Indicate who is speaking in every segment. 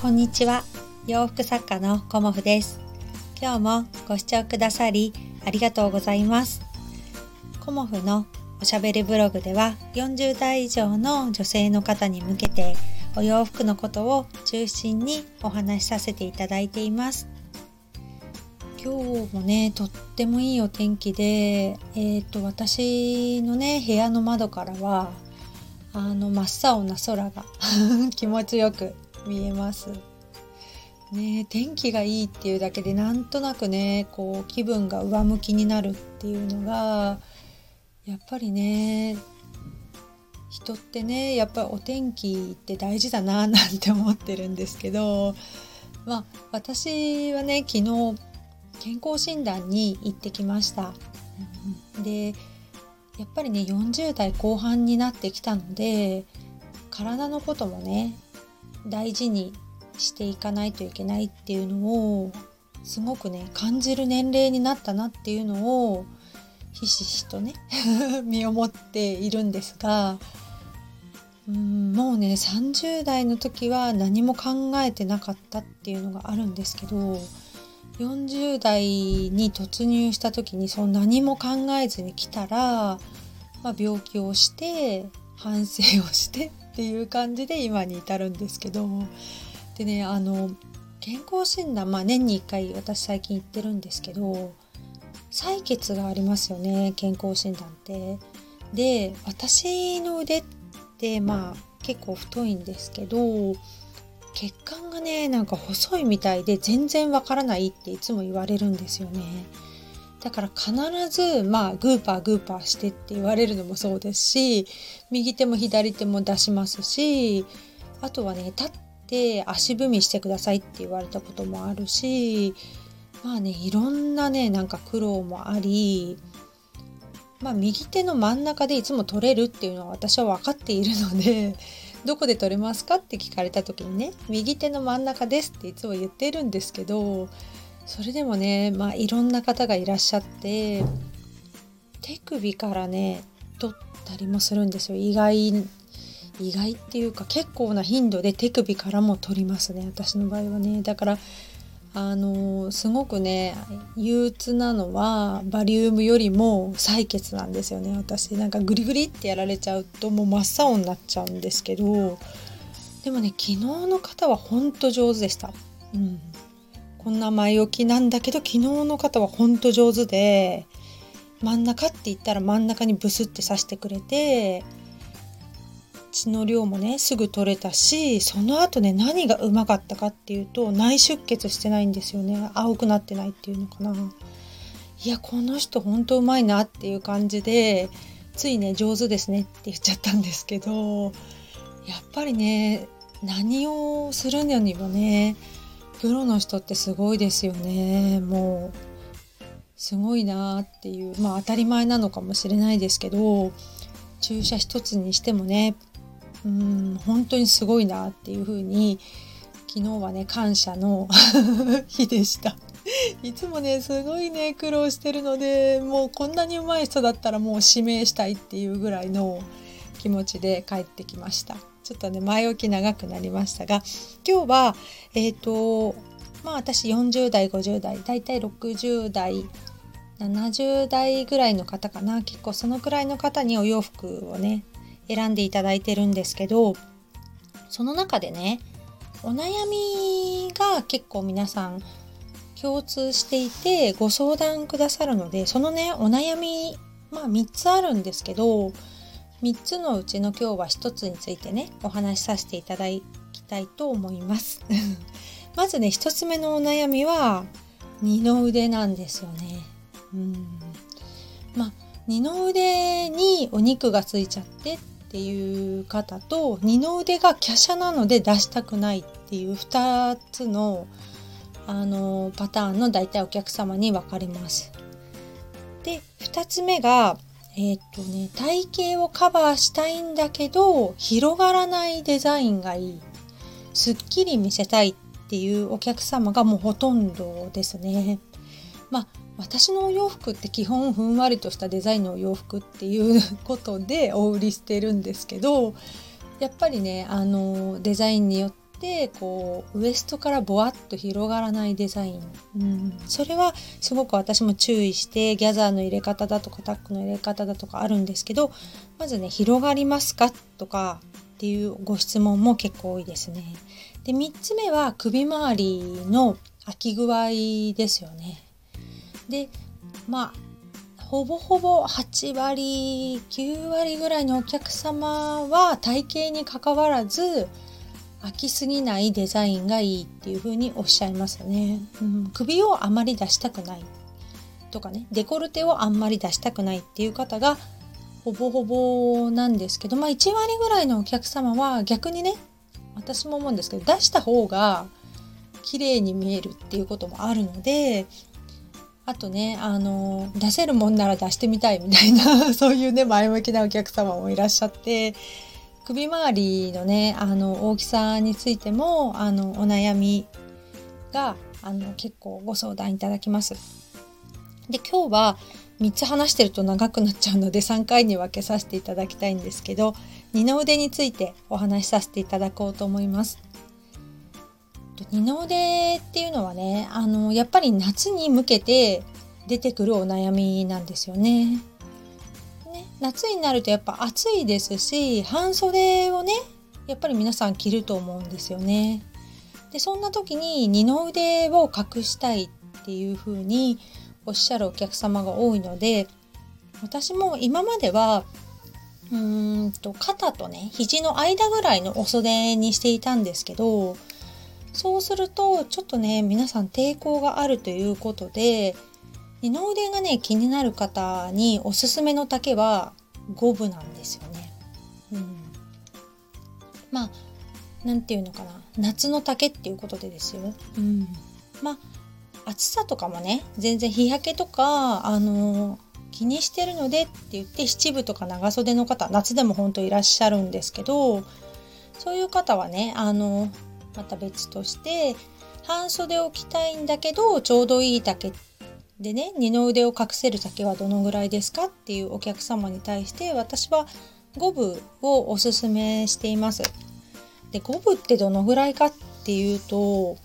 Speaker 1: こんにちは。洋服作家のコモフです。今日もご視聴くださりありがとうございます。コモフのおしゃべりブログでは40代以上の女性の方に向けてお洋服のことを中心にお話しさせていただいています。今日もね、とってもいいお天気で、私のね、部屋の窓からは真っ青な空が気持ちよく見えますね。天気がいいっていうだけでなんとなくね、こう気分が上向きになるっていうのがやっぱりね、人ってね、やっぱりお天気って大事だななんて思ってるんですけど、私はね、昨日健康診断に行ってきました。で、やっぱりね、40代後半になってきたので、体のこともね、大事にしていかないといけないっていうのをすごくね、感じる年齢になったなっていうのをひしひしとね身をもっているんですが、もうね、30代の時は何も考えてなかったっていうのがあるんですけど、40代に突入した時に何も考えずに来たら、病気をして反省をしてっていう感じで今に至るんですけど、でね、健康診断、年に1回私最近行ってるんですけど、採血がありますよね、健康診断って。で、私の腕って結構太いんですけど、血管がね、なんか細いみたいで全然わからないっていつも言われるんですよね。だから必ずグーパーしてって言われるのもそうですし、右手も左手も出しますし、あとはね、立って足踏みしてくださいって言われたこともあるし、いろんなね、なんか苦労もあり、右手の真ん中でいつも取れるっていうのは私は分かっているので、どこで取れますかって聞かれた時にね、右手の真ん中ですっていつも言ってるんですけど、それでもね、いろんな方がいらっしゃって、手首からね取ったりもするんですよ。意外っていうか、結構な頻度で手首からも取りますね、私の場合はね。だからすごくね、憂鬱なのはバリウムよりも採血なんですよね。私なんかグリグリってやられちゃうともう真っ青になっちゃうんですけど、でもね、昨日の方はほんと上手でした。こんな前置きなんだけど、昨日の方はほんと上手で、真ん中って言ったら真ん中にブスって刺してくれて、血の量もねすぐ取れたし、その後ね、何がうまかったかっていうと、内出血してないんですよね。青くなってないっていうのかな。いや、この人ほんとうまいなっていう感じで、ついね、上手ですねって言っちゃったんですけど、やっぱりね、何をするのにもね、プロの人ってすごいですよね。もうすごいなっていう、当たり前なのかもしれないですけど、注射一つにしてもね、本当にすごいなっていう風に、昨日はね、感謝の日でした。いつもね、すごいね、苦労してるので、もうこんなに上手い人だったらもう指名したいっていうぐらいの気持ちで帰ってきました。ちょっとね、前置き長くなりましたが、今日は私40代50代だいたい60代70代ぐらいの方かな、結構そのくらいの方にお洋服をね選んでいただいてるんですけど、その中でね、お悩みが結構皆さん共通していてご相談くださるので、そのね、お悩み3つあるんですけど、3つのうちの今日は1つについてねお話しさせていただきたいと思いますまずね、1つ目のお悩みは二の腕なんですよね。二の腕にお肉がついちゃってっていう方と、二の腕が華奢なので出したくないっていう2つのパターンの大体お客様に分かれます。で、2つ目が体型をカバーしたいんだけど広がらないデザインがいい、すっきり見せたいっていうお客様がもうほとんどですね。私のお洋服って基本ふんわりとしたデザインのお洋服っていうことでお売りしてるんですけど、やっぱりね、デザインによっでウエストからボワッと広がらないデザイン、それはすごく私も注意して、ギャザーの入れ方だとかタックの入れ方だとかあるんですけど、まずね、広がりますかとかっていうご質問も結構多いですね。で、3つ目は首周りの開き具合ですよね。で、ほぼほぼ8割9割ぐらいのお客様は体型に関わらず開きすぎないデザインがいいっていう風におっしゃいますね。首をあまり出したくないとかね、デコルテをあんまり出したくないっていう方がほぼほぼなんですけど、1割ぐらいのお客様は逆にね、私も思うんですけど、出した方が綺麗に見えるっていうこともあるので、あとね、出せるもんなら出してみたいみたいなそういうね、前向きなお客様もいらっしゃって、首周りのね、大きさについてもお悩みが結構ご相談いただきます。で、今日は3つ話してると長くなっちゃうので3回に分けさせていただきたいんですけど、二の腕についてお話しさせていただこうと思います。二の腕っていうのはね、やっぱり夏に向けて出てくるお悩みなんですよね。夏になるとやっぱ暑いですし、半袖をね、やっぱり皆さん着ると思うんですよね。で、そんな時に二の腕を隠したいっていう風におっしゃるお客様が多いので、私も今までは肩とね、肘の間ぐらいのお袖にしていたんですけど、そうするとちょっとね、皆さん抵抗があるということで、二の腕がね、気になる方におすすめの丈は5分なんですよね。なんていうのかな、夏の丈っていうことでですよ。暑さとかもね、全然日焼けとか気にしてるのでって言って七分とか長袖の方、夏でも本当いらっしゃるんですけど、そういう方はね、また別として半袖を着たいんだけどちょうどいい丈でね、二の腕を隠せる丈はどのぐらいですかっていうお客様に対して私は5分をおすすめしています。で、5分ってどのぐらいかっていうと、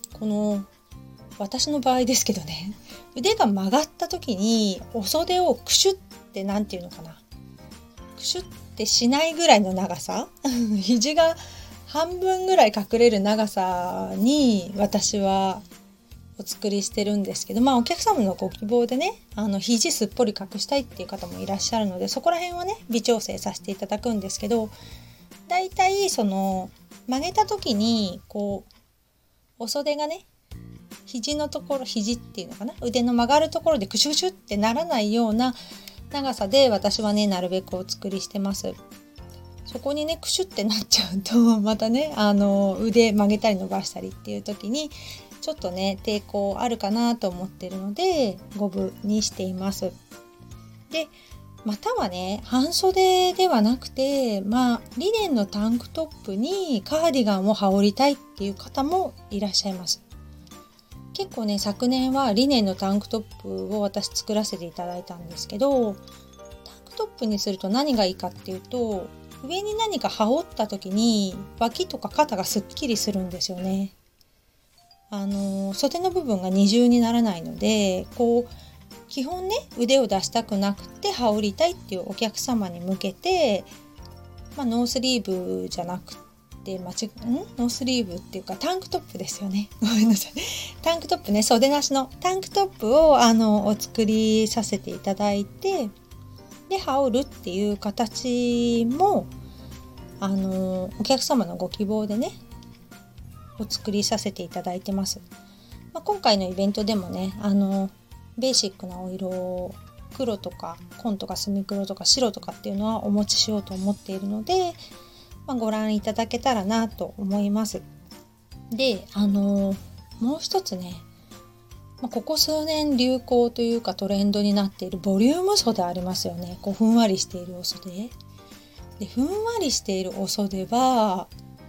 Speaker 1: 私の場合ですけどね、腕が曲がった時にお袖をクシュってなんていうのかな、クシュってしないぐらいの長さ肘が半分ぐらい隠れる長さに私はお作りしてるんですけど、お客様のご希望でね、肘すっぽり隠したいっていう方もいらっしゃるので、そこら辺はね、微調整させていただくんですけど、だいたい曲げた時にお袖がね、肘のところ、肘っていうのかな、腕の曲がるところでクシュクシュってならないような長さで私はね、なるべくお作りしてます。そこにね、クシュってなっちゃうとまたね、腕曲げたり伸ばしたりっていう時にちょっとね、抵抗あるかなと思ってるので5分にしています。で、またはね、半袖ではなくて、リネンのタンクトップにカーディガンを羽織りたいっていう方もいらっしゃいます。結構ね、昨年はリネンのタンクトップを私作らせていただいたんですけど、タンクトップにすると何がいいかっていうと、上に何か羽織った時に脇とか肩がすっきりするんですよね。袖の部分が二重にならないので、基本ね、腕を出したくなくて羽織りたいっていうお客様に向けて、ノースリーブじゃなくてノースリーブっていうかタンクトップですよね。ごめんなさい。タンクトップね、袖なしのタンクトップをお作りさせていただいて、で羽織るっていう形もお客様のご希望でね、お作りさせていただいてます。今回のイベントでもね、ベーシックなお色、黒とか紺とか墨黒とか白とかっていうのはお持ちしようと思っているので、ご覧いただけたらなと思います。で、もう一つね、ここ数年流行というかトレンドになっているボリューム袖ありますよね。ふんわりしているお袖で、ふんわりしているお袖は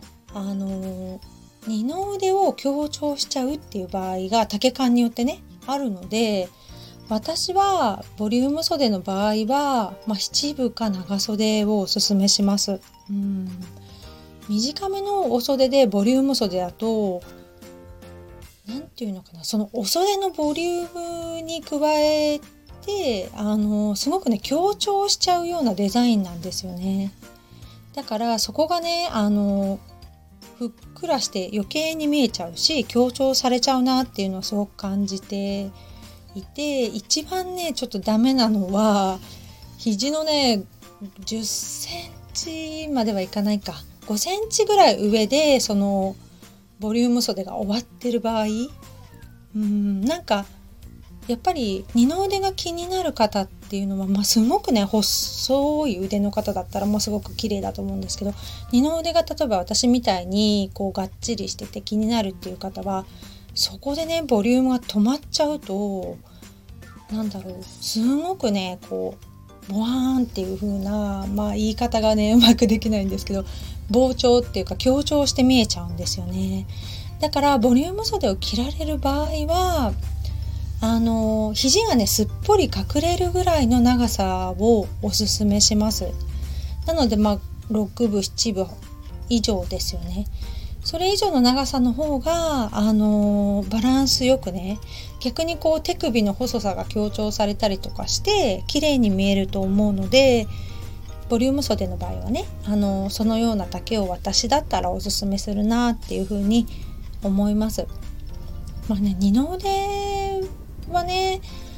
Speaker 1: 二の腕を強調しちゃうっていう場合が丈感によってねあるので、私はボリューム袖の場合は、七分か長袖をおすすめします。 短めのお袖でボリューム袖だと、なんていうのかな、そのお袖のボリュームに加えてすごくね強調しちゃうようなデザインなんですよね。だからそこがねふっくらして余計に見えちゃうし、強調されちゃうなっていうのをすごく感じていて、一番ねちょっとダメなのは肘のね10センチまではいかないか、5センチぐらい上でそのボリューム袖が終わってる場合、なんかやっぱり二の腕が気になる方っていうのは、すごくね細い腕の方だったらもうすごく綺麗だと思うんですけど、二の腕が例えば私みたいにこうがっちりしてて気になるっていう方は、そこでねボリュームが止まっちゃうと、すごくねこうボワーンっていう風な、言い方がねうまくできないんですけど、膨張っていうか強調して見えちゃうんですよね。だからボリューム袖を着られる場合は肘がねすっぽり隠れるぐらいの長さをおすすめします。なので6分7分以上ですよね。それ以上の長さの方がバランスよくね、逆にこう手首の細さが強調されたりとかして綺麗に見えると思うので、ボリューム袖の場合はねそのような丈を私だったらおすすめするなっていうふうに思います。二の腕はね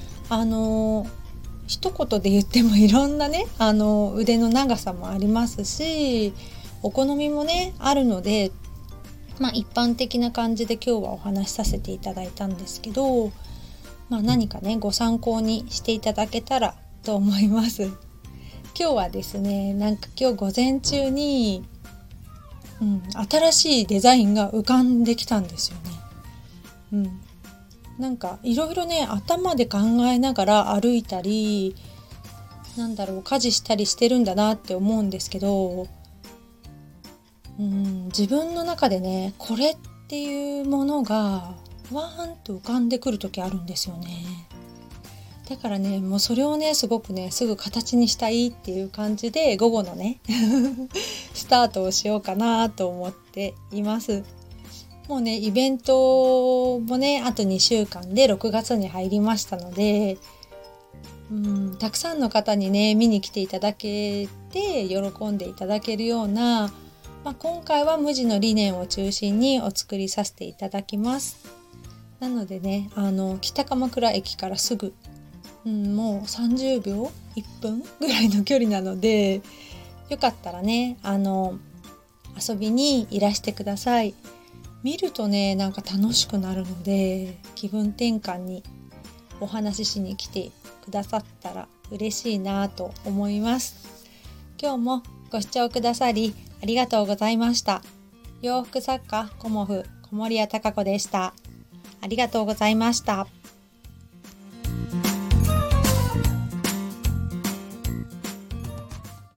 Speaker 1: 一言で言ってもいろんなね腕の長さもありますし、お好みもねあるので、一般的な感じで今日はお話しさせていただいたんですけど、何かねご参考にしていただけたらと思います。今日はですね今日午前中に、新しいデザインが浮かんできたんですよね。いろいろね頭で考えながら歩いたり家事したりしてるんだなって思うんですけど、自分の中でねこれっていうものがわーんと浮かんでくる時あるんですよね。だからねもうそれをねすごくねすぐ形にしたいっていう感じで午後のねスタートをしようかなと思っています。もうねイベントもねあと2週間で6月に入りましたので、たくさんの方にね見に来ていただけて喜んでいただけるような、今回は無地のリネンを中心にお作りさせていただきます。なのでね北鎌倉駅からすぐ、もう30秒1分ぐらいの距離なので、よかったらね遊びにいらしてください。見るとね楽しくなるので、気分転換にお話ししに来てくださったら嬉しいなと思います。今日もご視聴くださりありがとうございました。洋服作家コモフ小森屋貴子でした。ありがとうございました。